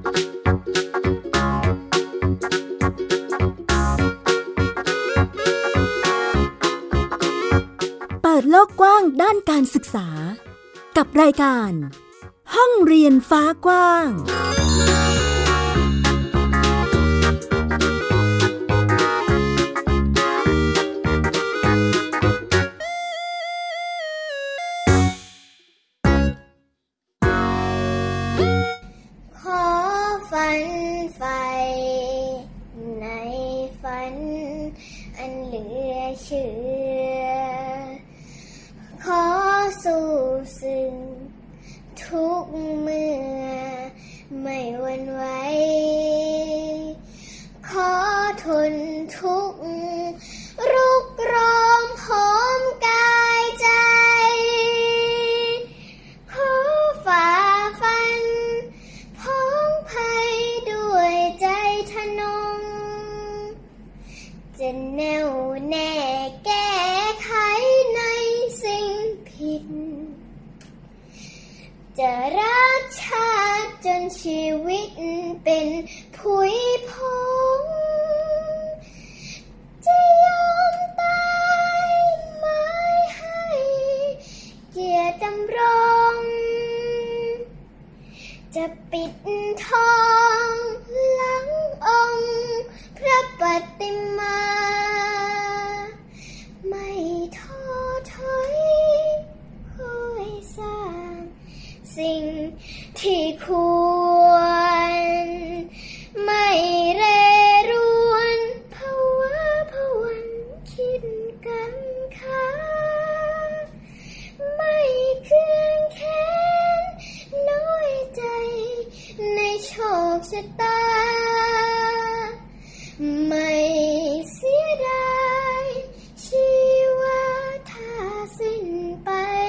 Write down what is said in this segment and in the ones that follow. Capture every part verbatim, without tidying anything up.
เปิดโลกกว้างด้านการศึกษากับรายการห้องเรียนฟ้ากว้างขอฝันใฝ่ในฝันอันเหลือเชื่อขอสู่ซึ่งทุกเมื่อไม่หวั่นไหวขอทนทุกรุกรองหอมกายใจขอฝ่าฟันพ้องภัยด้วยใจทะนงจะแน่วแน่แก้ไขในสิ่งผิดจะรักชาติจนชีวิตเป็นผุยพงจะยอมตายไม่ให้เกียรติดำรงจะปิดทองหลังองค์พระปฏิมาไม่ท้อถอยคอยสร้างสิ่งที่ควรไม่เร่รวนภาวะผวังคิดกันค้าไม่เครื่องแค้นน้อยใจในโชคชะตาไม่เสียดายชีวาถ้าสิ้นไป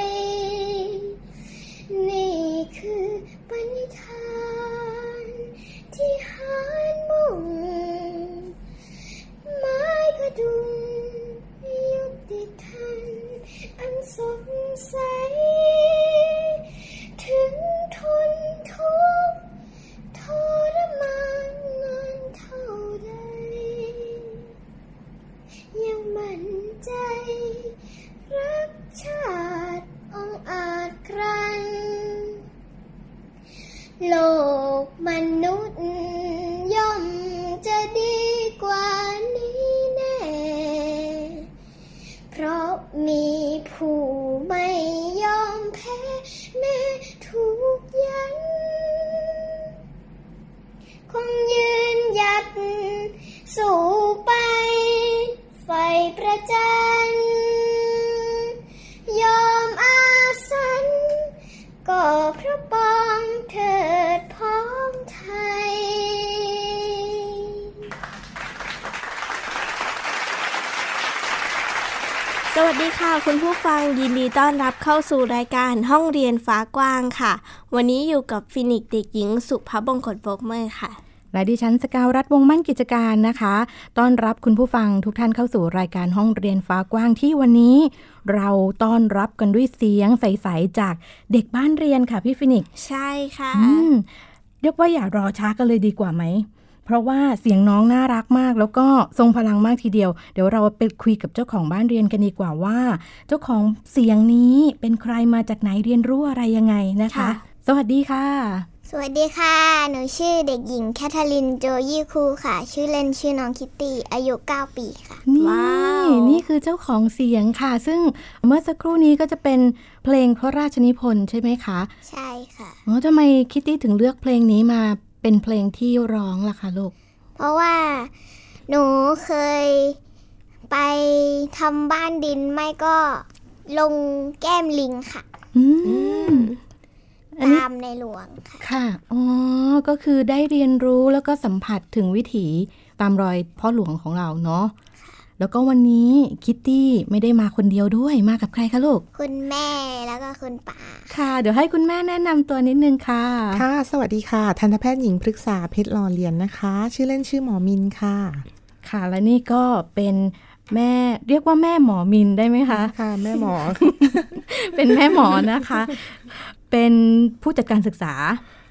นี่คือปณิธานที่หารมุ่งไม้กระดุมยุติธรรมอันสดใสถึงทนทุกข์ทรมานนานเท่าใดยังมั่นใจรักชาติองอาจครั้งโลกมนุษย์ย่อมจะดีกว่านี้แน่เพราะมีผู้ไม่ยอมแพ้แม้ถูกยันคงยืนหยัดสู้ไปไฟประจันยอมอาสันก็เพราะปองเถิดพ้องไทยสวัสดีค่ะคุณผู้ฟังยินดีต้อนรับเข้าสู่รายการห้องเรียนฟ้ากว้างค่ะวันนี้อยู่กับฟินิกซ์เด็กหญิงสุภบงกตโบกเมอร์ค่ะและดิฉันสกาวรัฐวงศ์มั่นกิจการนะคะต้อนรับคุณผู้ฟังทุกท่านเข้าสู่รายการห้องเรียนฟ้ากว้างที่วันนี้เราต้อนรับกันด้วยเสียงใสๆจากเด็กบ้านเรียนค่ะพี่ฟินิกซ์ใช่ค่ะเรียกว่าอย่ารอช้ากันเลยดีกว่าไหมเพราะว่าเสียงน้องน่ารักมากแล้วก็ทรงพลังมากทีเดียวเดี๋ยวเราไปคุยกับเจ้าของบ้านเรียนกันดีกว่าว่าเจ้าของเสียงนี้เป็นใครมาจากไหนเรียนรู้อะไรยังไงนะคะสวัสดีค่ะสวัสดีค่ะหนูชื่อเด็กหญิงแคทเธอรีนโจยี่คูค่ะชื่อเล่นชื่อน้องคิตตี้อายุเก้าปีค่ะนี่นี่คือเจ้าของเสียงค่ะซึ่งเมื่อสักครู่นี้ก็จะเป็นเพลงพระราชนิพนธ์ใช่ไหมคะใช่ค่ะอ๋อทำไมคิตตี้ถึงเลือกเพลงนี้มาเป็นเพลงที่ร้องล่ะคะลูกเพราะว่าหนูเคยไปทำบ้านดินไม่ก็ลงแก้มลิงค่ะอืมตามในหลวงค่ะค่ะอ๋อก็คือได้เรียนรู้แล้วก็สัมผัสถึงวิถีตามรอยพ่อหลวงของเราเนาะแล้วก็วันนี้คิตตี้ไม่ได้มาคนเดียวด้วยมากับใครคะลูกคุณแม่แล้วก็คุณป้าค่ะเดี๋ยวให้คุณแม่แนะนำตัวนิดนึงค่ะค่ะสวัสดีค่ะทันตแพทย์หญิงพฤกษาเพชรหล่อเรียนนะคะชื่อเล่นชื่อหมอมินค่ะค่ะและนี่ก็เป็นแม่เรียกว่าแม่หมอมินได้ไหมคะค่ะแม่หมอเป็นแม่หมอนะคะเป็นผู้จัดการศึกษา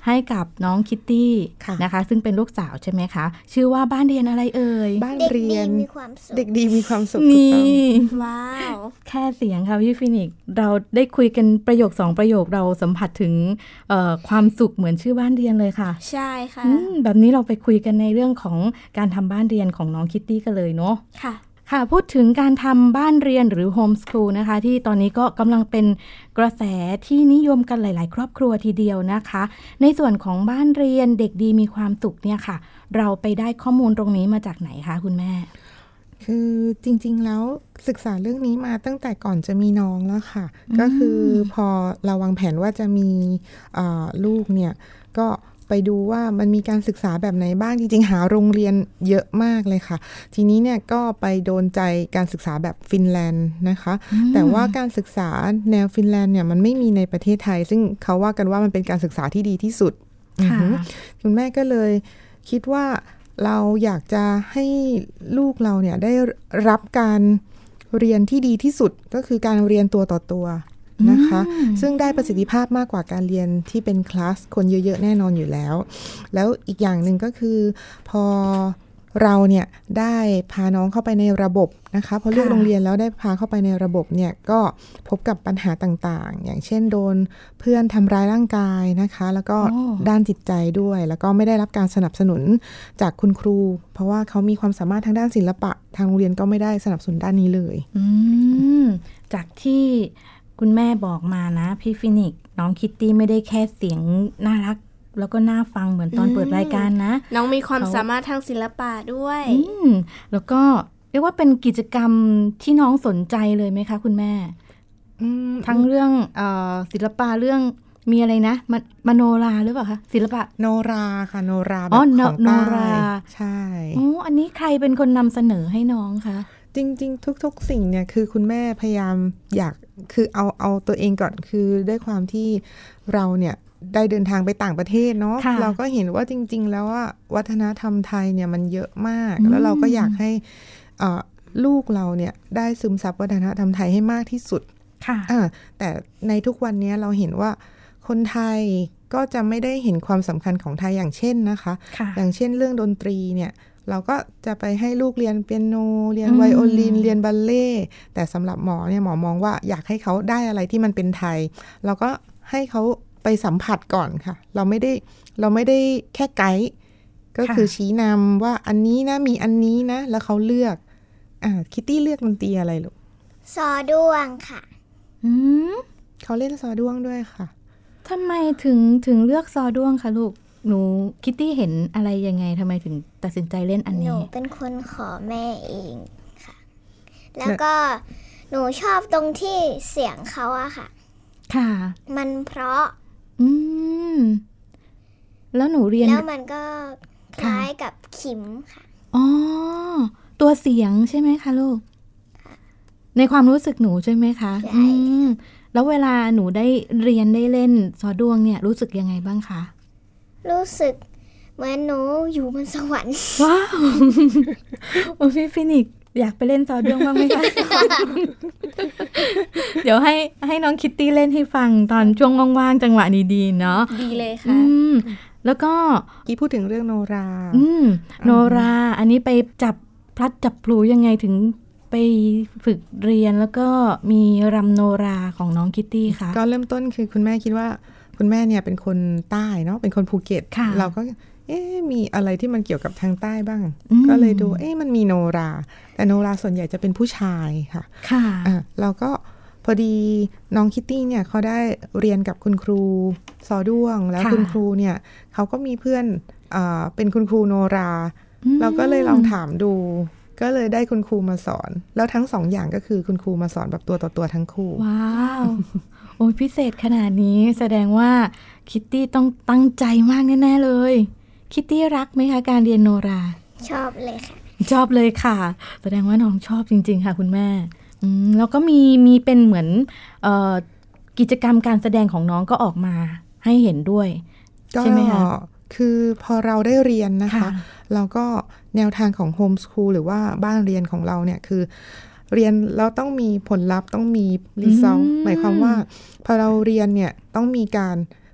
ให้กับน้องคิตตี้นะคะซึ่งเป็นลูกสาวใช่ไหมคะชื่อว่าบ้านเรียนอะไรเอ่ยบ้านเรียนเด็กดีมีความสุขนี่ว้าวแค่เสียงค่ะพี่ฟินิกเราได้คุยกันประโยคสองประโยคเราสัมผัสถึงความสุขเหมือนชื่อบ้านเรียนเลยค่ะใช่ค่ะแบบนี้เราไปคุยกันในเรื่องของการทำบ้านเรียนของน้องคิตตี้กันเลยเนาะค่ะค่ะพูดถึงการทำบ้านเรียนหรือโฮมสคูลนะคะที่ตอนนี้ก็กำลังเป็นกระแสที่นิยมกันหลายๆครอบครัวทีเดียวนะคะในส่วนของบ้านเรียนเด็กดีมีความสุขเนี่ยค่ะเราไปได้ข้อมูลตรงนี้มาจากไหนคะคุณแม่คือจริงๆแล้วศึกษาเรื่องนี้มาตั้งแต่ก่อนจะมีน้องแล้วค่ะก็คือพอเราวางแผนว่าจะมีลูกเนี่ยก็ไปดูว่ามันมีการศึกษาแบบไหนบ้างจริงๆหาโรงเรียนเยอะมากเลยค่ะทีนี้เนี่ยก็ไปโดนใจการศึกษาแบบฟินแลนด์นะคะแต่ว่าการศึกษาแนวฟินแลนด์เนี่ยมันไม่มีในประเทศไทยซึ่งเขาว่ากันว่ามันเป็นการศึกษาที่ดีที่สุดคุณแม่ก็เลยคิดว่าเราอยากจะให้ลูกเราเนี่ยได้รับการเรียนที่ดีที่สุดก็คือการเรียนตัวต่อตัวนะคะซึ่งได้ประสิทธิภาพมากกว่าการเรียนที่เป็นคลาสคนเยอะๆแน่นอนอยู่แล้วแล้วอีกอย่างหนึ่งก็คือพอเราเนี่ยได้พาน้องเข้าไปในระบบนะคะพอเลือกโรงเรียนแล้วได้พาเข้าไปในระบบเนี่ยก็พบกับปัญหาต่างๆอย่างเช่นโดนเพื่อนทำร้ายร่างกายนะคะแล้วก็ด้านจิตใจด้วยแล้วก็ไม่ได้รับการสนับสนุนจากคุณครูเพราะว่าเขามีความสามารถทางด้านศิลปะทางโรงเรียนก็ไม่ได้สนับสนุนด้านนี้เลยอืมจากที่คุณแม่บอกมานะพี่ฟินิกน้องคิตตี้ไม่ได้แค่เสียงน่ารักแล้วก็น่าฟังเหมือนตอนเปิดรายการนะน้องมีความสามารถทางศิลปะด้วยแล้วก็เรียกว่าเป็นกิจกรรมที่น้องสนใจเลยไหมคะคุณแม่ทั้งเรื่องเอ่อศิลปะเรื่องมีอะไรนะมมโนราหรือเปล่าคะศิลปะโนราค่ะโนราแบบของใต้ใช่โอ้อันนี้ใครเป็นคนนำเสนอให้น้องคะจริงๆทุกๆสิ่งเนี่ยคือคุณแม่พยายามอยากคือเอาเอาตัวเองก่อนคือด้วยความที่เราเนี่ยได้เดินทางไปต่างประเทศเนาะเราก็เห็นว่าจริงๆแล้วว่าวัฒนธรรมไทยเนี่ยมันเยอะมากแล้วเราก็อยากให้ลูกเราเนี่ยได้ซึมซับวัฒนธรรมไทยให้มากที่สุดค่ะแต่ในทุกวันนี้เราเห็นว่าคนไทยก็จะไม่ได้เห็นความสำคัญของไทยอย่างเช่นนะคะอย่างเช่นเรื่องดนตรีเนี่ยเราก็จะไปให้ลูกเรียนเปียโนเรียนไวโอลินเรียนบัลเล่แต่สำหรับหมอเนี่ยหมอมองว่าอยากให้เขาได้อะไรที่มันเป็นไทยเราก็ให้เขาไปสัมผัสก่อนค่ะเราไม่ได้เราไม่ได้แค่ไกด์ก็คือชี้นำว่าอันนี้นะมีอันนี้นะแล้วเขาเลือกอ่าคิตตี้เลือกดนตรีอะไรลูกซอด้วงค่ะอืมเขาเล่นซอด้วงด้วยค่ะทำไมถึงถึงเลือกซอด้วงคะลูกหนูคิตตี้เห็นอะไรยังไงทำไมถึงตัดสินใจเล่นอันนี้หนูเป็นคนขอแม่เองค่ะแล้วก็หนูชอบตรงที่เสียงเขาอะค่ะค่ะมันเพราะอืมแล้วหนูเรียนแล้วมันก็คล้ายกับขิมค่ะอ๋อตัวเสียงใช่ไหมคะลูกในความรู้สึกหนูใช่ไหมคะใช่แล้วเวลาหนูได้เรียนได้เล่นซอด้วงเนี่ยรู้สึกยังไงบ้างคะรู้สึกเหมือนหนูอยู่บนสวรรค์ว้าวโอ้พี่ฟินิกอยากไปเล่นซอด้วงบ้างไหมคะ เดี๋ยวให้ให้น้องคิตตี้เล่นให้ฟังตอนช่วงว่างๆจังหวะดีๆเนาะดีเลยค่ะแล้วก็กี้พูดถึงเรื่องโนราอืมโนราอันนี้ไปจับพลัดจับพลูยังไงถึงไปฝึกเรียนแล้วก็มีรำโนราของน้องคิตตี้ค่ะก็เริ่มต้นคือคุณแม่คิดว่าคุณแม่เนี่ยเป็นคนใต้เนาะเป็นคนภูเก็ตเราก็เอ๊ะมีอะไรที่มันเกี่ยวกับทางใต้บ้างก็เลยดูเอ๊ะมันมีโนราแต่โนราส่วนใหญ่จะเป็นผู้ชายค่ะค่ะอ่ะเราก็พอดีน้องคิตตี้เนี่ยเขาได้เรียนกับคุณครูซอด้วงแล้วคุณครูเนี่ยเขาก็มีเพื่อนอ่าเป็นคุณครูโนราเราก็เลยลองถามดูก็เลยได้คุณครูมาสอนแล้วทั้งสองอย่างก็คือคุณครูมาสอนแบบตัวต่อตัวทั้งคู่ว้าวโอ้ยพิเศษขนาดนี้แสดงว่าคิตตี้ต้องตั้งใจมากแน่ๆเลยคิตตี้รักไหมคะการเรียนโนราชอบเลยค่ะชอบเลยค่ะแสดงว่าน้องชอบจริงๆค่ะคุณแม่อืมแล้วก็มีมีเป็นเหมือนเอ่อกิจกรรมการแสดงของน้องก็ออกมาให้เห็นด้วยใช่ไหมคะคือพอเราได้เรียนนะคะเราก็แนวทางของโฮมสคูลหรือว่าบ้านเรียนของเราเนี่ยคือเรียนแล้วต้องมีผลลัพธ์ต้องมีรีซัลต์หมายความว่าพอเราเรียนเนี่ยต้องมีการ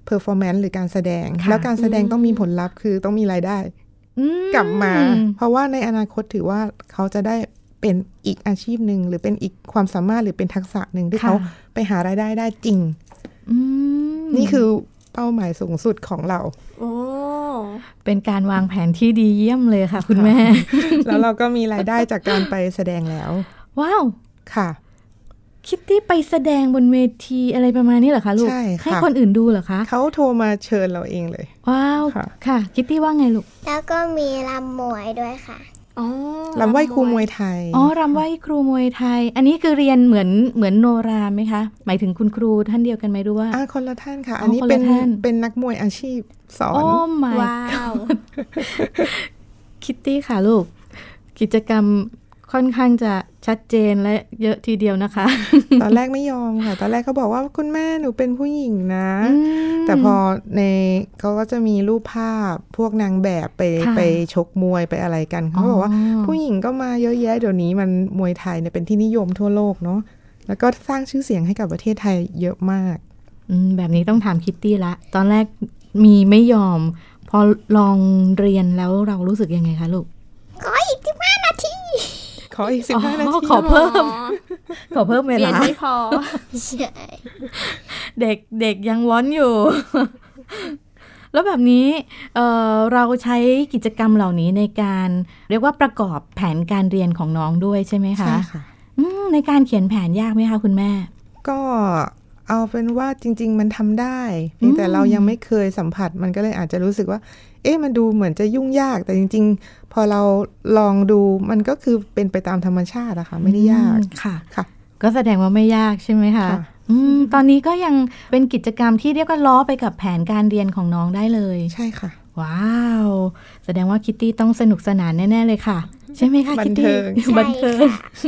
performance หรือการแสดงแล้วการแสดงต้องมีผลลัพธ์คือต้องมีรายได้กลับมาเพราะว่าในอนาคตถือว่าเขาจะได้เป็นอีกอาชีพหนึ่งหรือเป็นอีกความสามารถหรือเป็นทักษะหนึ่งที่เขาไปหารายได้ได้จริงนี่คือเป้าหมายสูงสุดของเราโอ้เป็นการวางแผนที่ดีเยี่ยมเลยค่ะคุณแม่แล้วเราก็มีรายได้จากการไปแสดงแล้วว้าวค่ะคิตตี้ไปแสดงบนเวทีอะไรประมาณนี้เหรอคะลูกใช่ค่ะให้คนอื่นดูเหรอคะเขาโทรมาเชิญเราเองเลยว้าวค่ะคิตตี้ว่าไงลูกแล้วก็มีรำมวยด้วยค่ะอ๋อรำไหว้ครูมวยไทยอ๋อรำไหว้ครูมวยไทยอันนี้คือเรียนเหมือนเหมือนโนราไหมคะหมายถึงคุณครูท่านเดียวกันไหมรู้ว่าอ่าคนละท่านค่ะอันนี้เป็นเป็นนักมวยอาชีพสอนโอ้ my ว้าวคิตตี้ค่ะลูกกิจกรรมค่อนข้างจะชัดเจนและเยอะทีเดียวนะคะตอนแรกไม่ยอมค่ะตอนแรกเขาบอกว่าคุณแม่หนูเป็นผู้หญิงนะแต่พอในเขาก็จะมีรูปภาพพวกนางแบบไปไปชกมวยไปอะไรกันเขาบอกว่าผู้หญิงก็มาเยอะแยะเดี๋ยวนี้มันมวยไทยเนี่ยเป็นที่นิยมทั่วโลกเนาะแล้วก็สร้างชื่อเสียงให้กับประเทศไทยเยอะมากแบบนี้ต้องถามคิตตี้ละตอนแรกมีไม่ยอมพอลองเรียนแล้วเรารู้สึกยังไงคะลูกขออีกสิบห้านาทีขออีกสิบห้านาทีขอเพิ่มขอเพิ่มเวลาเรียนไม่พอใช่เด็กเด็กยังว้อนอยู่ แล้วแบบนี้ เอ่อ เราใช้กิจกรรมเหล่านี้ในการเรียกว่าประกอบแผนการเรียนของน้องด้วยใช่ไหมคะใช่ค่ะในการเขียนแผนยากไหมคะคุณแม่ก็เอาเป็นว่าจริงๆมันทำได้เพียงแต่เรายังไม่เคยสัมผัสมันก็เลยอาจจะรู้สึกว่าเอ๊ะมันดูเหมือนจะยุ่งยากแต่จริงๆพอเราลองดูมันก็คือเป็นไปตามธรรมชาติอะค่ะไม่ได้ยากค่ะค่ะก็แสดงว่าไม่ยากใช่ไหมคะอืมตอนนี้ก็ยังเป็นกิจกรรมที่เรียกว่าล้อไปกับแผนการเรียนของน้องได้เลยใช่ค่ะว้าวแสดงว่าคิตตี้ต้องสนุกสนานแน่ๆเลยค่ะใช่ไหมคะคิตตี้บันเทิง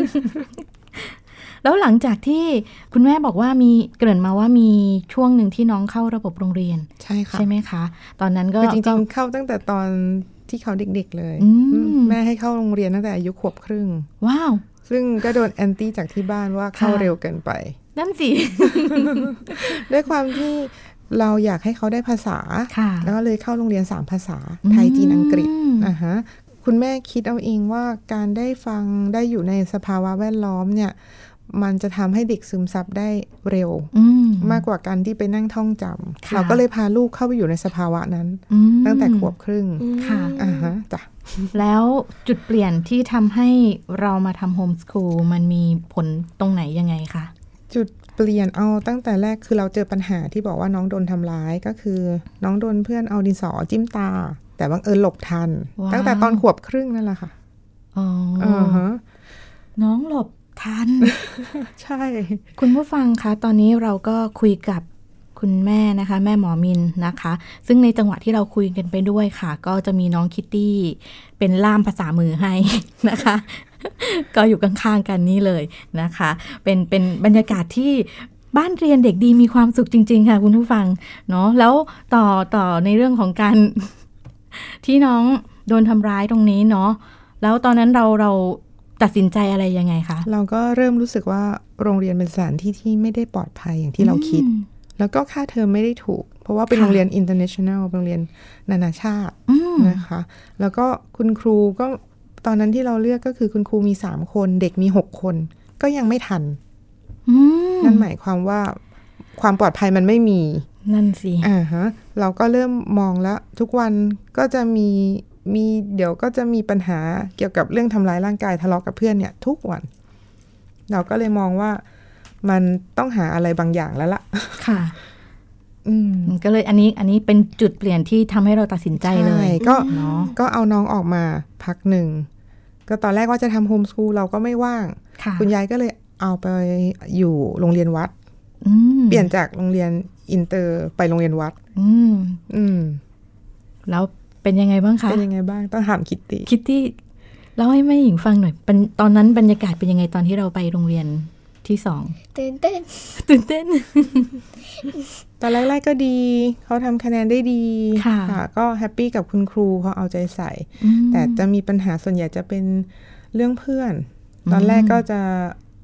แล้วหลังจากที่คุณแม่บอกว่ามีเกริ่นมาว่ามีช่วงหนึ่งที่น้องเข้าระบบโรงเรียนใช่ค่ะใช่ไหมคะตอนนั้นก็จริงๆเข้าตั้งแต่ตอนที่เขาเด็กๆเลยแม่ให้เข้าโรงเรียนตั้งแต่อายุขวบครึ่งว้าวซึ่งก็โดนแอนตี้จากที่บ้านว่าเข้าเร็วเกินไปนั่นสิด้วยความที่เราอยากให้เขาได้ภาษาแล้วก็เลยเข้าโรงเรียนสามภาษาไทยจีนอังกฤษอ่ะฮะคุณแม่คิดเอาเองว่าการได้ฟังได้อยู่ในสภาวะแวดล้อมเนี่ยมันจะทำให้เด็กซึมซับได้เร็วมากกว่าการที่ไปนั่งท่องจำเราก็เลยพาลูกเข้าไปอยู่ในสภาวะนั้นตั้งแต่ขวบครึ่งค่ะอ่าฮะจ้ะแล้วจุดเปลี่ยนที่ทำให้เรามาทำโฮมสคูลมันมีผลตรงไหนยังไงคะจุดเปลี่ยนเอาตั้งแต่แรกคือเราเจอปัญหาที่บอกว่าน้องโดนทำร้ายก็คือน้องโดนเพื่อนเอาดินสอจิ้มตาแต่บังเอิญหลบทันตั้งแต่ตอนขวบครึ่งนั่นแหละค่ะอ๋ออ่าฮะน้องหลบทันใช่คุณผู้ฟังคะตอนนี้เราก็คุยกับคุณแม่นะคะแม่หมอมินนะคะซึ่งในจังหวะที่เราคุยกันไปด้วยค่ะก็จะมีน้องคิตตี้เป็นล่ามภาษามือให้นะคะ ก็อยู่ข้างๆกันนี่เลยนะคะเป็นเป็นบรรยากาศที่บ้านเรียนเด็กดีมีความสุขจริงๆค่ะคุณผู้ฟังเนาะแล้วต่อต่อในเรื่องของการ ที่น้องโดนทำร้ายตรงนี้เนาะแล้วตอนนั้นเราเราตัดสินใจอะไรยังไงคะเราก็เริ่มรู้สึกว่าโรงเรียนเป็นสถานที่ที่ไม่ได้ปลอดภัยอย่างที่เราคิดแล้วก็ค่าเทอมไม่ได้ถูกเพราะว่าเป็นโรงเรียน international โรงเรียนนานาชาตินะคะแล้วก็คุณครูก็ตอนนั้นที่เราเลือกก็คือคุณครูมีสามคนเด็กมีหกคนก็ยังไม่ทันนั่นหมายความว่าความปลอดภัยมันไม่มีนั่นสิอ่าฮะเราก็เริ่มมองแล้วทุกวันก็จะมีมีเดี๋ยวก็จะมีปัญหาเกี่ยวกับเรื่องทำร้ายร่างกายทะเลาะกับเพื่อนเนี่ยทุกวันเราก็เลยมองว่ามันต้องหาอะไรบางอย่างแล้วล่ะค่ะอืมก็เลยอันนี้อันนี้เป็นจุดเปลี่ยนที่ทำให้เราตัดสินใจเลยก็ก็เอาน้องออกมาพักหนึ่งก็ตอนแรกว่าจะทำโฮมสคูลเราก็ไม่ว่างคุณยายก็เลยเอาไปอยู่โรงเรียนวัดเปลี่ยนจากโรงเรียนอินเตอร์ไปโรงเรียนวัดอืมอืมแล้วเป็นยังไงบ้างคะเป็นยังไงบ้างต้องถามคิตตี้คิตตี้เล่าให้แม่หญิงฟังหน่อยเป็นตอนนั้นบรรยากาศเป็นยังไงตอนที่เราไปโรงเรียนที่สองตื่นเต้นตื่นเต้นตอนแรกๆก็ดีเขาทำคะแนนได้ดีค่ะก็แฮปปี้กับคุณครูเขาเอาใจใส่แต่จะมีปัญหาส่วนใหญ่จะเป็นเรื่องเพื่อนตอนแรกก็จะ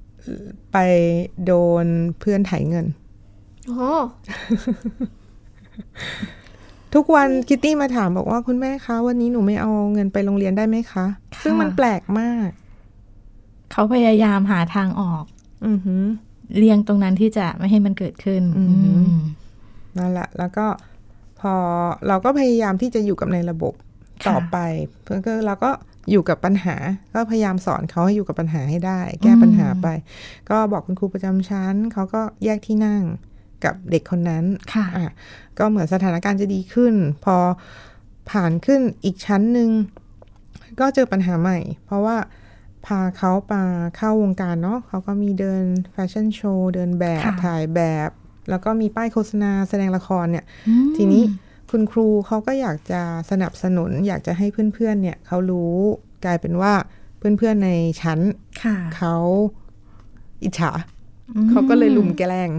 ไปโดนเพื่อนไถเงินโอ้ทุกวันคิตตี้มาถามบอกว่าคุณแม่คะวันนี้หนูไม่เอาเงินไปโรงเรียนได้ไหมคะซึ่งมันแปลกมากเขาพยายามหาทางออกอือหือเลี่ยงตรงนั้นที่จะไม่ให้มันเกิดขึ้นนั่นแหละแล้วก็พอเราก็พยายามที่จะอยู่กับในระบบต่อไปเพื่อก็เราก็อยู่กับปัญหาก็พยายามสอนเขาให้อยู่กับปัญหาให้ได้แก้ปัญหาไปก็บอกคุณครูประจำชั้นเขาก็แยกที่นั่งกับเด็กคนนั้นอ่ะก็เหมือนสถานการณ์จะดีขึ้นพอผ่านขึ้นอีกชั้นหนึ่งก็เจอปัญหาใหม่เพราะว่าพาเขามาเข้าวงการเนาะเขาก็มีเดินแฟชั่นโชว์เดินแบบถ่ายแบบแล้วก็มีป้ายโฆษณาแสดงละครเนี่ยทีนี้คุณครูเขาก็อยากจะสนับสนุนอยากจะให้เพื่อนๆเนี่ยเขารู้กลายเป็นว่าเพื่อนๆในชั้นเขาอิจฉาเขาก็เลยลุมแกล้ง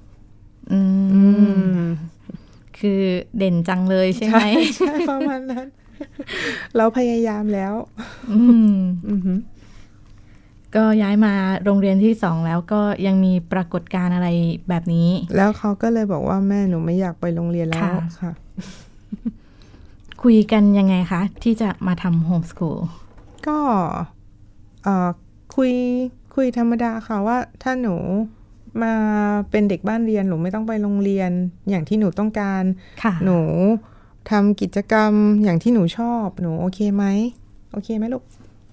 คือเด่นจังเลยใช่ไหมใช่ประมาณนั้นเราพยายามแล้วก็ย้ายมาโรงเรียนที่สองแล้วก็ยังมีปรากฏการณ์อะไรแบบนี้แล้วเขาก็เลยบอกว่าแม่หนูไม่อยากไปโรงเรียนแล้วค่ะคุยกันยังไงคะที่จะมาทำโฮมสคูลก็คุยคุยธรรมดาค่ะว่าถ้าหนูมาเป็นเด็กบ้านเรียนหนูไม่ต้องไปโรงเรียนอย่างที่หนูต้องการหนูทำกิจกรรมอย่างที่หนูชอบหนูโอเคไหมโอเคไหมลูก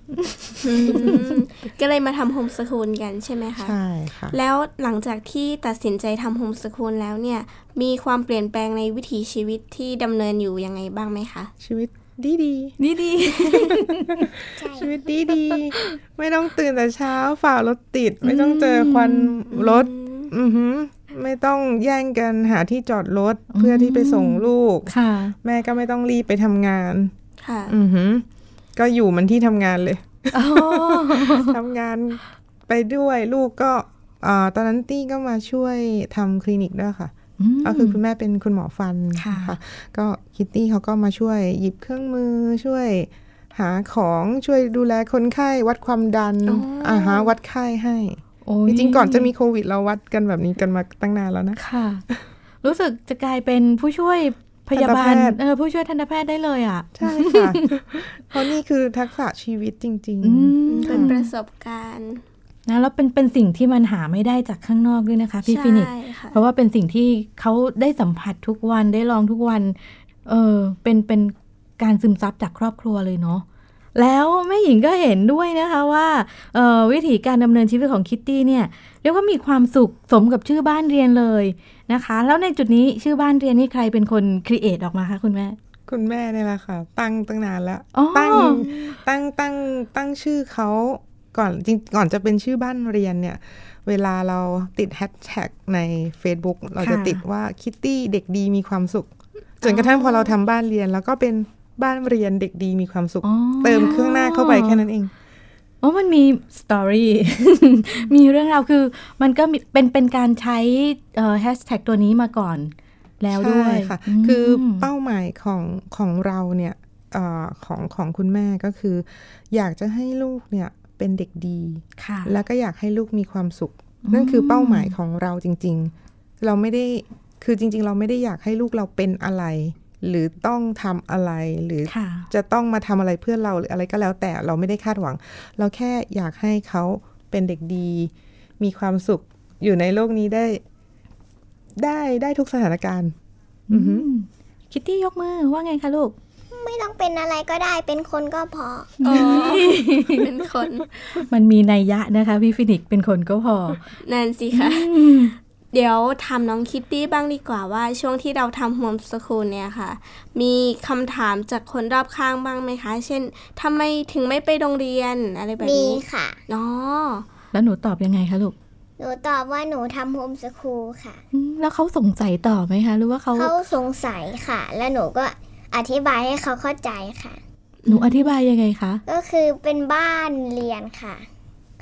ก็เลยมาทำโฮมสคูลกันใช่ไหมคะใช่ค่ะแล้วหลังจากที่ตัดสินใจทำโฮมสคูลแล้วเนี่ยมีความเปลี่ยนแปลงในวิถีชีวิตที่ดำเนินอยู่ยังไงบ้างไหมคะชีวิตดีดีดีดีชีวิตดีดีไม่ต้องตื่นแต่เช้าฝ่ารถติดไม่ต้องเจอควันรถอือหือไม่ต้องแย่งกันหาที่จอดรถเพื่อที่ไปส่งลูกแม่ก็ไม่ต้องรีบไปทำงานค่ะอือหือก็อยู่มันที่ทำงานเลยทำงานไปด้วยลูกก็ตอนนั้นตี้ก็มาช่วยทำคลินิกด้วยค่ะก็คือคุณแม่เป็นคุณหมอฟันค่ะก็คิตตี้เขาก็มาช่วยหยิบเครื่องมือช่วยหาของช่วยดูแลคนไข้วัดความดันอ่าฮะวัดไข้ให้จริงๆก่อนจะมีโควิดเราวัดกันแบบนี้กันมาตั้งนานแล้วนะค่ะรู้สึกจะกลายเป็นผู้ช่วยพยาบาลเออผู้ช่วยทันตแพทย์ได้เลยอ่ะใช่ค่ะเพราะนี่คือทักษะชีวิตจริงๆเป็นประสบการณ์นะแล้วเป็นเป็นสิ่งที่มันหาไม่ได้จากข้างนอกด้วยนะคะพี่ฟินิกเพราะว่าเป็นสิ่งที่เขาได้สัมผัสทุกวันได้ลองทุกวันเออเป็นเป็นการซึมซับจากครอบครัวเลยเนาะแล้วแม่หญิงก็เห็นด้วยนะคะว่าวิธีการดำเนินชีวิตของคิตตี้เนี่ยเรียกว่ามีความสุขสมกับชื่อบ้านเรียนเลยนะคะแล้วในจุดนี้ชื่อบ้านเรียนนี่ใครเป็นคนครีเอทออกมาคะคุณแม่คุณแม่เนี่ยแหละค่ะตั้งตั้งนานแล้วตั้งตั้งตั้งตั้งชื่อเขาก่อนจริงก่อนจะเป็นชื่อบ้านเรียนเนี่ยเวลาเราติดแฮชแท็กใน Facebook เราจะติดว่าคิตตี้เด็กดีมีความสุขจนกระทั่งพอเราทำบ้านเรียนแล้วก็เป็นบ้านเรียนเด็กดีมีความสุขเติมเครื่องหน้าเข้าไปแค่นั้นเองโอ้มันมีสตอรี่ มีเรื่องราวคือมันก็เป็นเป็นการใช้แฮชแท็กตัวนี้มาก่อนแล้วด้วยค่ะคือเป้าหมายของของเราเนี่ยอของของคุณแม่ก็คืออยากจะให้ลูกเนี่ยเป็นเด็กดีแล้วก็อยากให้ลูกมีความสุขนั่นคือเป้าหมายของเราจริงๆเราไม่ได้คือจริงๆเราไม่ได้อยากให้ลูกเราเป็นอะไรหรือต้องทำอะไรหรือจะต้องมาทำอะไรเพื่อเราหรืออะไรก็แล้วแต่เราไม่ได้คาดหวังเราแค่อยากให้เขาเป็นเด็กดีมีความสุขอยู่ในโลกนี้ได้ได้ได้ทุกสถานการณ์คิตตี้ยกมือว่าไงคะลูกไม่ต้องเป็นอะไรก็ได้เป็นคนก็พออ๋อเป็นคนมันมีนัยยะนะคะพี่ฟินิกเป็นคนก็พอนั่นสิคะเดี๋ยวถามน้องคิตตี้บ้างดีกว่าว่าช่วงที่เราทำโฮมสคูลเนี่ยค่ะมีคำถามจากคนรอบข้างบ้างไหมคะเช่นทำไมถึงไม่ไปโรงเรียนอะไรแบบนี้มีค่ะอ๋อแล้วหนูตอบยังไงคะลูกหนูตอบว่าหนูทำโฮมสคูลค่ะแล้วเขาสงสัยตอบไหมคะหรือว่าเขาเขาสงสัยค่ะแล้วหนูก็อธิบายให้เขาเข้าใจค่ะหนูอธิบายยังไงคะก็คือเป็นบ้านเรียนค่ะ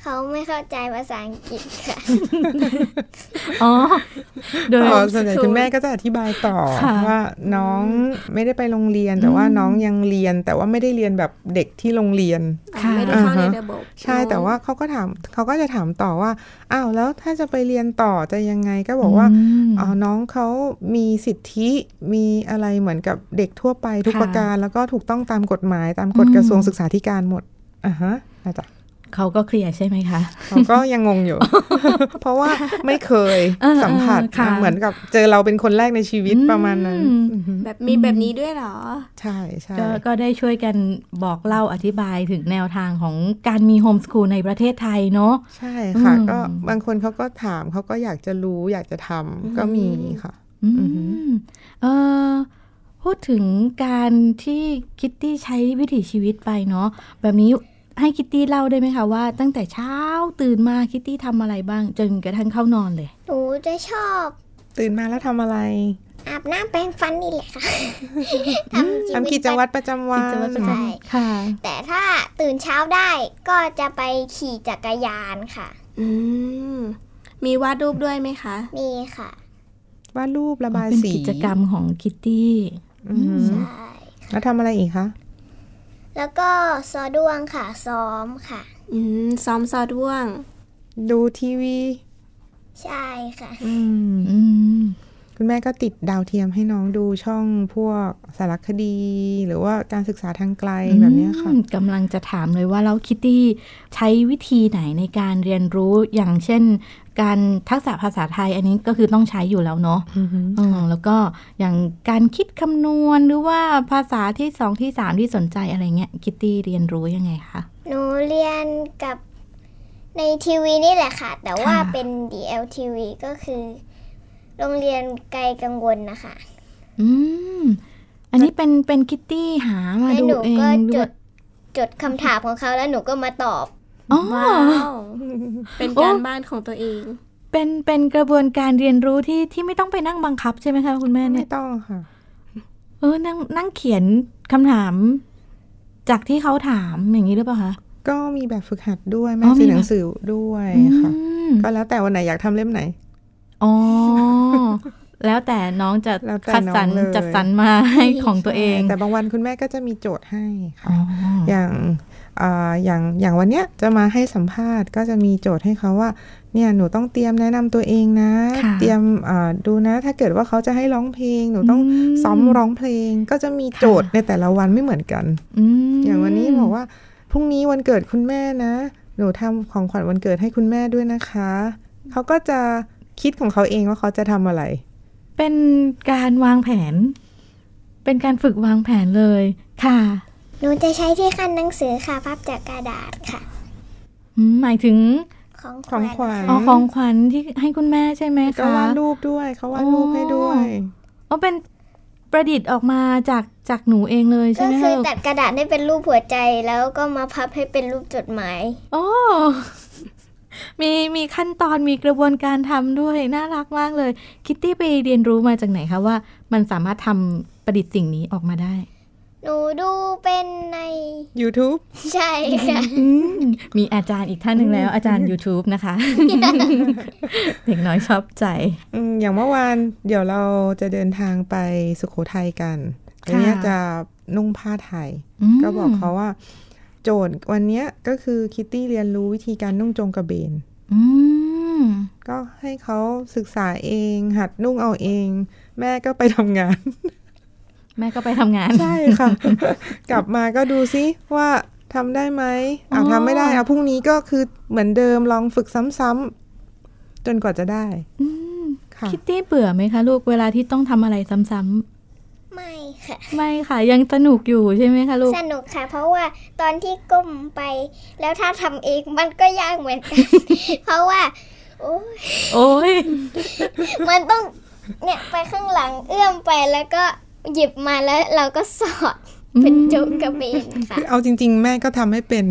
เขาไม่เข้าใจภาษาอังกฤษค่ะอ๋อโดยส่วนใหญ่คุณแม่ก็จะอธิบายต่อว่าน้องไม่ได้ไปโรงเรียนแต่ว่าน้องยังเรียนแต่ว่าไม่ได้เรียนแบบเด็กที่โรงเรียนไม่ได้เข้าในระบบใช่แต่ว่าเขาก็ถามเขาก็จะถามต่อว่าอ้าวแล้วถ้าจะไปเรียนต่อจะยังไงก็บอกว่าอ๋อน้องเขามีสิทธิมีอะไรเหมือนกับเด็กทั่วไปทุกประการแล้วก็ถูกต้องตามกฎหมายตามกฎกระทรวงศึกษาธิการหมดอ่ะฮะอาจารย์เขาก็เคลียร์ใช่ไหมคะเขาก็ยังงงอยู่ เพราะว่าไม่เคยสัมผัสเหมือนกับเจอเราเป็นคนแรกในชีวิตประมาณนั้นแบบมีแบบนี้ด้วยเหรอใช่ใช่ก็ได้ช่วยกันบอกเล่าอธิบายถึงแนวทางของการมีโฮมสคูลในประเทศไทยเนาะใช่ค่ะก็บางคนเขาก็ถามเขาก็อยากจะรู้อยากจะทำก็มีค่ะเออพูดถึงการที่คิตตี้ใช้วิถีชีวิตไปเนาะแบบนี้ให้คิตตี้เล่าได้ไหมคะว่าตั้งแต่เช้าตื่นมาคิตตี้ทำอะไรบ้างจนกระทั่งเข้านอนเลยหนูจะชอบตื่นมาแล้วทำอะไรอาบน้ำแปรงฟันนี่แหละค่ะทำกิจวัตรประจำวันใช่ค่ะแต่ถ้าตื่นเช้าได้ก็จะไปขี่จักรยานค่ะอืมมีวาดรูปด้วยไหมคะมีค่ะวาดรูประบายสีเป็นกิจกรรมของคิตตี้ใช่แล้วทำอะไรอีกคะแล้วก็ซอด้วงค่ะซ้อมค่ะอืมซ้อมซอด้วงดูทีวีใช่ค่ะอืมอืมคุณแม่ก็ติดดาวเทียมให้น้องดูช่องพวกสารคดีหรือว่าการศึกษาทางไกลแบบนี้ค่ะกำลังจะถามเลยว่าแล้วคิตตี้ใช้วิธีไหนในการเรียนรู้อย่างเช่นการทักษะภาษาไทยอันนี้ก็คือต้องใช้อยู่แล้วเนาะแล้วก็อย่างการคิดคำนวณหรือว่าภาษาที่สองที่สามที่สนใจอะไรเงี้ยคิตตี้เรียนรู้ยังไงคะหนูเรียนกับในทีวีนี่แหละค่ะแต่ว่าเป็น ดี แอล ที วี ก็คือโรงเรียนไกลกังวลนะคะอืมอันนี้เป็นเป็นคิตตี้หามาดูเองจดจดคำถามของเขาแล้วหนูก็มาตอบว้าวเป็นการบ้านของตัวเองเป็นเป็นกระบวนการเรียนรู้ที่ที่ไม่ต้องไปนั่งบังคับใช่ไหมคะคุณแม่เนี่ยไม่ต้องค่ะเออนั่งนั่งเขียนคำถามจากที่เขาถามอย่างนี้หรือเปล่าคะก็มีแบบฝึกหัดด้วยแม่ซื้อหนังสือด้วยค่ะก็แล้วแต่วันไหนอยากทำเล่มไหนอ๋อแล้วแต่น้องจะคัดสรรจัดสรรมาให้ของตัวเองแต่บางวันคุณแม่ก็จะมีโจทย์ให้ค่ะอย่างอย่างอย่างวันเนี้ยจะมาให้สัมภาษณ์ก็จะมีโจทย์ให้เขาว่าเนี่ยหนูต้องเตรียมแนะนำตัวเองนะเตรียมดูนะถ้าเกิดว่าเขาจะให้ร้องเพลงหนูต้องซ้อมร้องเพลงก็จะมีโจทย์ในแต่ละวันไม่เหมือนกันอย่างวันนี้บอกว่าพรุ่งนี้วันเกิดคุณแม่นะหนูทำของขวัญวันเกิดให้คุณแม่ด้วยนะคะเขาก็จะคิดของเขาเองว่าเขาจะทำอะไรเป็นการวางแผนเป็นการฝึกวางแผนเลยค่ะหนูจะใช้ที่ขั้นหนังสือค่ะพับจากกระดาษค่ะหมายถึงของของขวัญอ๋อของขวัญที่ให้คุณแม่ใช่ไหมคะก็วาดรูปด้วยเขาวาดรูปให้ด้วยอ๋อเป็นประดิษฐ์ออกมาจากจากหนูเองเลยใช่ไหมก็คือตัดกระดาษให้เป็นรูปหัวใจแล้วก็มาพับให้เป็นรูปจดหมายโอ้มีมีขั้นตอนมีกระบวนการทำด้วยน่ารักมากเลยคิตตี้ไปเรียนรู้มาจากไหนคะว่ามันสามารถทำประดิษฐ์สิ่งนี้ออกมาได้หนูดูเป็นใน YouTube ใช่ค่ะมีอาจารย์อีกท่านหนึ่งแล้วอาจารย์ YouTube นะคะเด็กน้อยชอบใจอย่างเมื่อวานเดี๋ยวเราจะเดินทางไปสุโขทัยกันทีนี้จะนุ่งผ้าไทยก็บอกเขาว่าโจทย์วันนี้ก็คือคิตตี้เรียนรู้วิธีการนุ่งโจงกระเบนก็ให้เขาศึกษาเองหัดนุ่งเอาเองแม่ก็ไปทำงานแม่ก็ไปทำงานใช่ค่ะ กลับมาก็ดูซิว่าทำได้ไหมอ่ะทำไม่ได้อ่ะพรุ่งนี้ก็คือเหมือนเดิมลองฝึกซ้ำๆจนกว่าจะได้ค่ะคิตตี้เบื่อไหมคะลูกเวลาที่ต้องทำอะไรซ้ำๆไม่ค่ะไม่ค่ะยังสนุกอยู่ใช่ไหมคะลูกสนุกค่ะเพราะว่าตอนที่ก้มไปแล้วถ้าทำเองมันก็ยากเหมือนกัน เพราะว่าโอ้ยโอ้ยมันต้องเนี่ยไปข้างหลังเอื้อมไปแล้วก็หยิบมาแล้วเราก็สอดเป็นโจงกระเบนค่ะเอาจริงๆแม่ก็ทำให้เป็น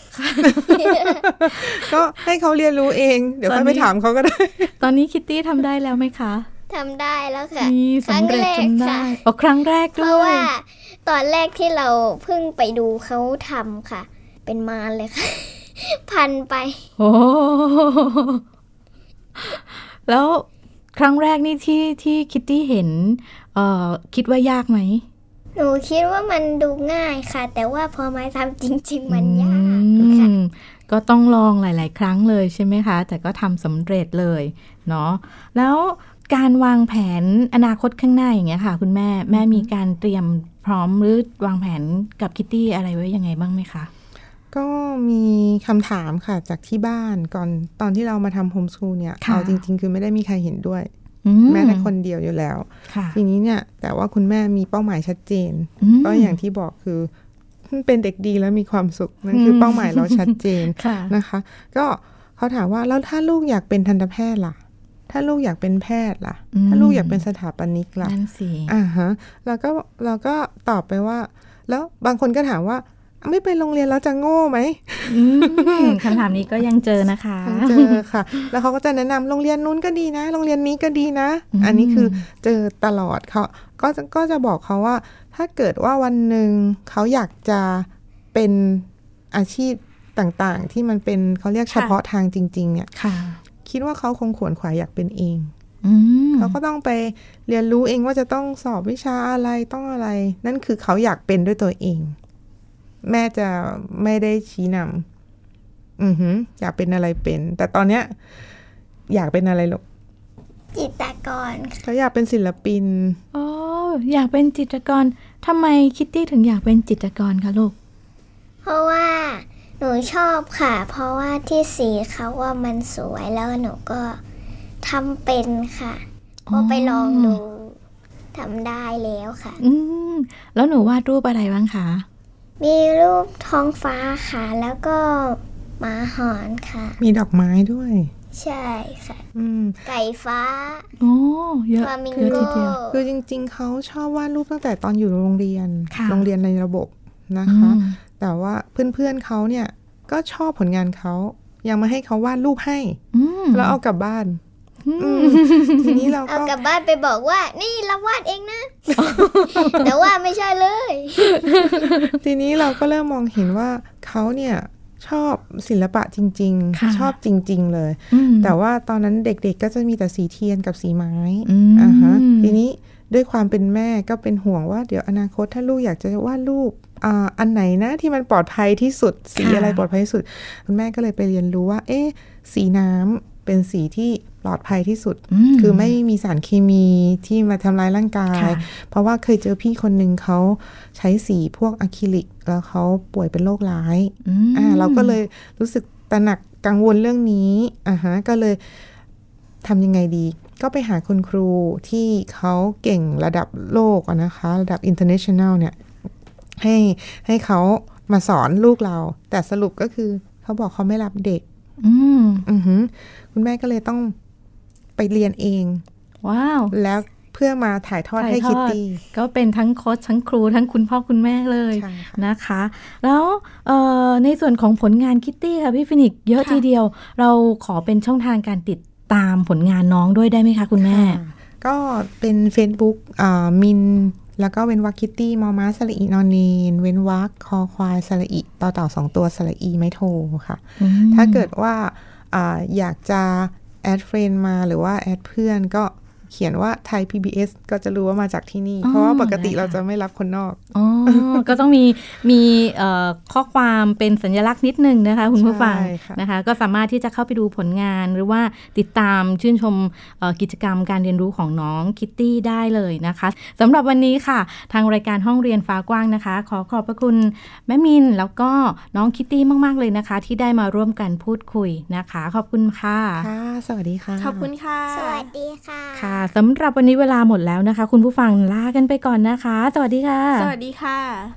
ก็ให้เขาเรียนรู้เองเดี๋ยวค่อยไปถามเขาก็ได้ตอนนี้คิตตี้ทำได้แล้วไหมคะทำได้แล้วค่ะครั้งแรกค่ะอ๋อครั้งแรกด้วยเพราะว่าตอนแรกที่เราเพิ่งไปดูเขาทำค่ะเป็นมารเลยค่ะพันไปโอ้แล้วครั้งแรกนี่ที่ที่คิตตี้เห็นเอ่อคิดว่ายากไหมหนูคิดว่ามันดูง่ายค่ะแต่ว่าพอมาทำจริงๆมันยากค่ะก็ต้องลองหลายๆครั้งเลยใช่ไหมคะแต่ก็ทำสำเร็จเลยเนาะแล้วการวางแผนอนาคตข้างหน้าอย่างเงี้ยค่ะคุณแม่แม่มีการเตรียมพร้อมหรือวางแผนกับคิตตี้อะไรไว้ยังไงบ้างไหมคะก็มีคำถามค่ะจากที่บ้านก่อนตอนที่เรามาทำโฮมสคูลเนี่ยเอาจริงๆคือไม่ได้มีใครเห็นด้วยแม้แต่คนเดียวอยู่แล้วทีนี้เนี่ยแต่ว่าคุณแม่มีเป้าหมายชัดเจนก็อย่างที่บอกคือเป็นเด็กดีแล้วมีความสุขนั่นคือเป้าหมายเราชัดเจนนะคะก็เขาถามว่าแล้วถ้าลูกอยากเป็นทันตแพทย์ล่ะถ้าลูกอยากเป็นแพทย์ล่ะถ้าลูกอยากเป็นสถาปนิกล่ะนั่นสิอ่าฮะแล้วก็เราก็ตอบไปว่าแล้วบางคนก็ถามว่าไม่ไปโรงเรียนแล้วจะโง่ไหมคำถามนี้ก็ยังเจอนะคะเจอค่ะแล้วเขาก็จะแนะนำโรงเรียนนู้นก็ดีนะโรงเรียนนี้ก็ดีนะ อ, อันนี้คือเจอตลอดเขาก็ก็จะบอกเขาว่าถ้าเกิดว่าวันหนึ่งเขาอยากจะเป็นอาชีพต่างๆที่มันเป็นเขาเรียกเฉพาะทางจริงๆเนี่ยคิดว่าเขาคงขวนขวายอยากเป็นเองเขาก็ต้องไปเรียนรู้เองว่าจะต้องสอบวิชาอะไรต้องอะไรนั่นคือเขาอยากเป็นด้วยตัวเองแม่จะไม่ได้ชี้นำอือหืออยากเป็นอะไรเป็นแต่ตอนเนี้ยอยากเป็นอะไรลูกจิตรกรเขาอยากเป็นศิลปินอ๋ออยากเป็นจิตรกรทำไมคิตตี้ถึงอยากเป็นจิตรกรคะลูกเพราะว่าหนูชอบค่ะเพราะว่าที่สีเขาว่ามันสวยแล้วหนูก็ทำเป็นค่ะพอไปลองดูทำได้แล้วค่ะอืมแล้วหนูวาดรูปอะไรบ้างคะมีรูปท้องฟ้าค่ะแล้วก็หมาหอนค่ะมีดอกไม้ด้วยใช่ค่ะไก่ฟ้าโอ้เยอะฟลามิงโกคือจริงๆเขาชอบวาดรูปตั้งแต่ตอนอยู่โรงเรียนโรงเรียนในระบบนะคะแต่ว่าเพื่อนๆเขาเนี่ยก็ชอบผลงานเขายังมาให้เขาวาดรูปให้แล้วเอากลับบ้านทีนี้เราก็เอากลับบ้านไปบอกว่านี่เราวาดเองนะ แต่ว่าไม่ใช่เลยทีนี้เราก็เริ่มมองเห็นว่าเขาเนี่ยชอบศิลปะจริงๆชอบจริงๆเลยแต่ว่าตอนนั้นเด็กๆก็จะมีแต่สีเทียนกับสีไม้อ่าฮะทีนี้ด้วยความเป็นแม่ก็เป็นห่วงว่าเดี๋ยวอนาคตถ้าลูกอยากจะวาดรูปอ่าอันไหนนะที่มันปลอดภัยที่สุดสีอะไรปลอดภัยที่สุดคุณแม่ก็เลยไปเรียนรู้ว่าเอ๊ะสีน้ำเป็นสีที่ปลอดภัยที่สุดคือไม่มีสารเคมีที่มาทำลายร่างกายเพราะว่าเคยเจอพี่คนหนึ่งเขาใช้สีพวกอะคริลิกแล้วเขาป่วยเป็นโรคร้ายอ่าเราก็เลยรู้สึกตระหนักกังวลเรื่องนี้อ่าฮะก็เลยทำยังไงดีก็ไปหาคุณครูที่เขาเก่งระดับโลกนะคะระดับ international เนี่ยให้ให้เขามาสอนลูกเราแต่สรุปก็คือเขาบอกเขาไม่รับเด็กอืมอือหือคุณแม่ก็เลยต้องไปเรียนเองว้าวแล้วเพื่อมาถ่ายทอดให้คิตตี้ก็เป็นทั้งโค้ชทั้งครูทั้งคุณพ่อคุณแม่เลยนะคะแล้วในส่วนของผลงานคิตตี้ค่ะพี่ฟินิกซ์เยอะทีเดียวเราขอเป็นช่องทางการติดตามผลงานน้องด้วยได้ไหมคะคุณแม่ก็เป็น Facebook อ่ามินแล้วก็เว้นวรรคคิตตี้มอม้าสระอีนอนเนนเว้นวรรคคอควายสระอีต่อเต่าสองตัวสระอีไม่โทรค่ะถ้าเกิดว่าอ่าอยากจะแอดเฟรนด์มาหรือว่าแอดเพื่อนก็เขียนว่าไทย พี บี เอส ก็จะรู้ว่ามาจากที่นี่เพราะว่าปกติเราจะไม่รับคนนอกอ๋อก็ต้องมีมีข้อความเป็นสัญลักษณ์นิดนึงนะคะคุณผู้ฟังนะคะก็สามารถที่จะเข้าไปดูผลงานหรือว่าติดตามชื่นชมกิจกรรมการเรียนรู้ของน้องคิตตี้ได้เลยนะคะสำหรับวันนี้ค่ะทางรายการห้องเรียนฟ้ากว้างนะคะขอขอบพระคุณแม่มินแล้วก็น้องคิตตี้มากๆเลยนะคะที่ได้มาร่วมกันพูดคุยนะคะขอบคุณค่ะค่ะสวัสดีค่ะขอบคุณค่ะสวัสดีค่ะค่ะสำหรับวันนี้เวลาหมดแล้วนะคะคุณผู้ฟังลากันไปก่อนนะคะสวัสดีค่ะสวัสดีค่ะ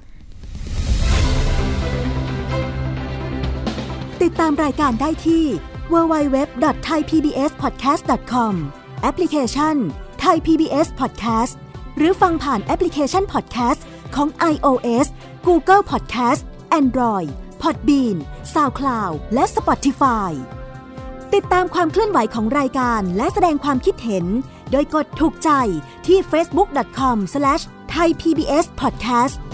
ติดตามรายการได้ที่ ดับเบิลยู ดับเบิลยู ดับเบิลยู ดอท ไทย พี บี เอส พอดแคสต์ ดอท คอม แอปพลิเคชัน Thai พี บี เอส Podcast หรือฟังผ่านแอปพลิเคชัน Podcast ของ iOS Google Podcast Android Podbean SoundCloud และ Spotify ติดตามความเคลื่อนไหวของรายการและแสดงความคิดเห็นโดยกดถูกใจที่ เฟซบุ๊ก ดอท คอม สแลช ไทย พี บี เอส พอดแคสต์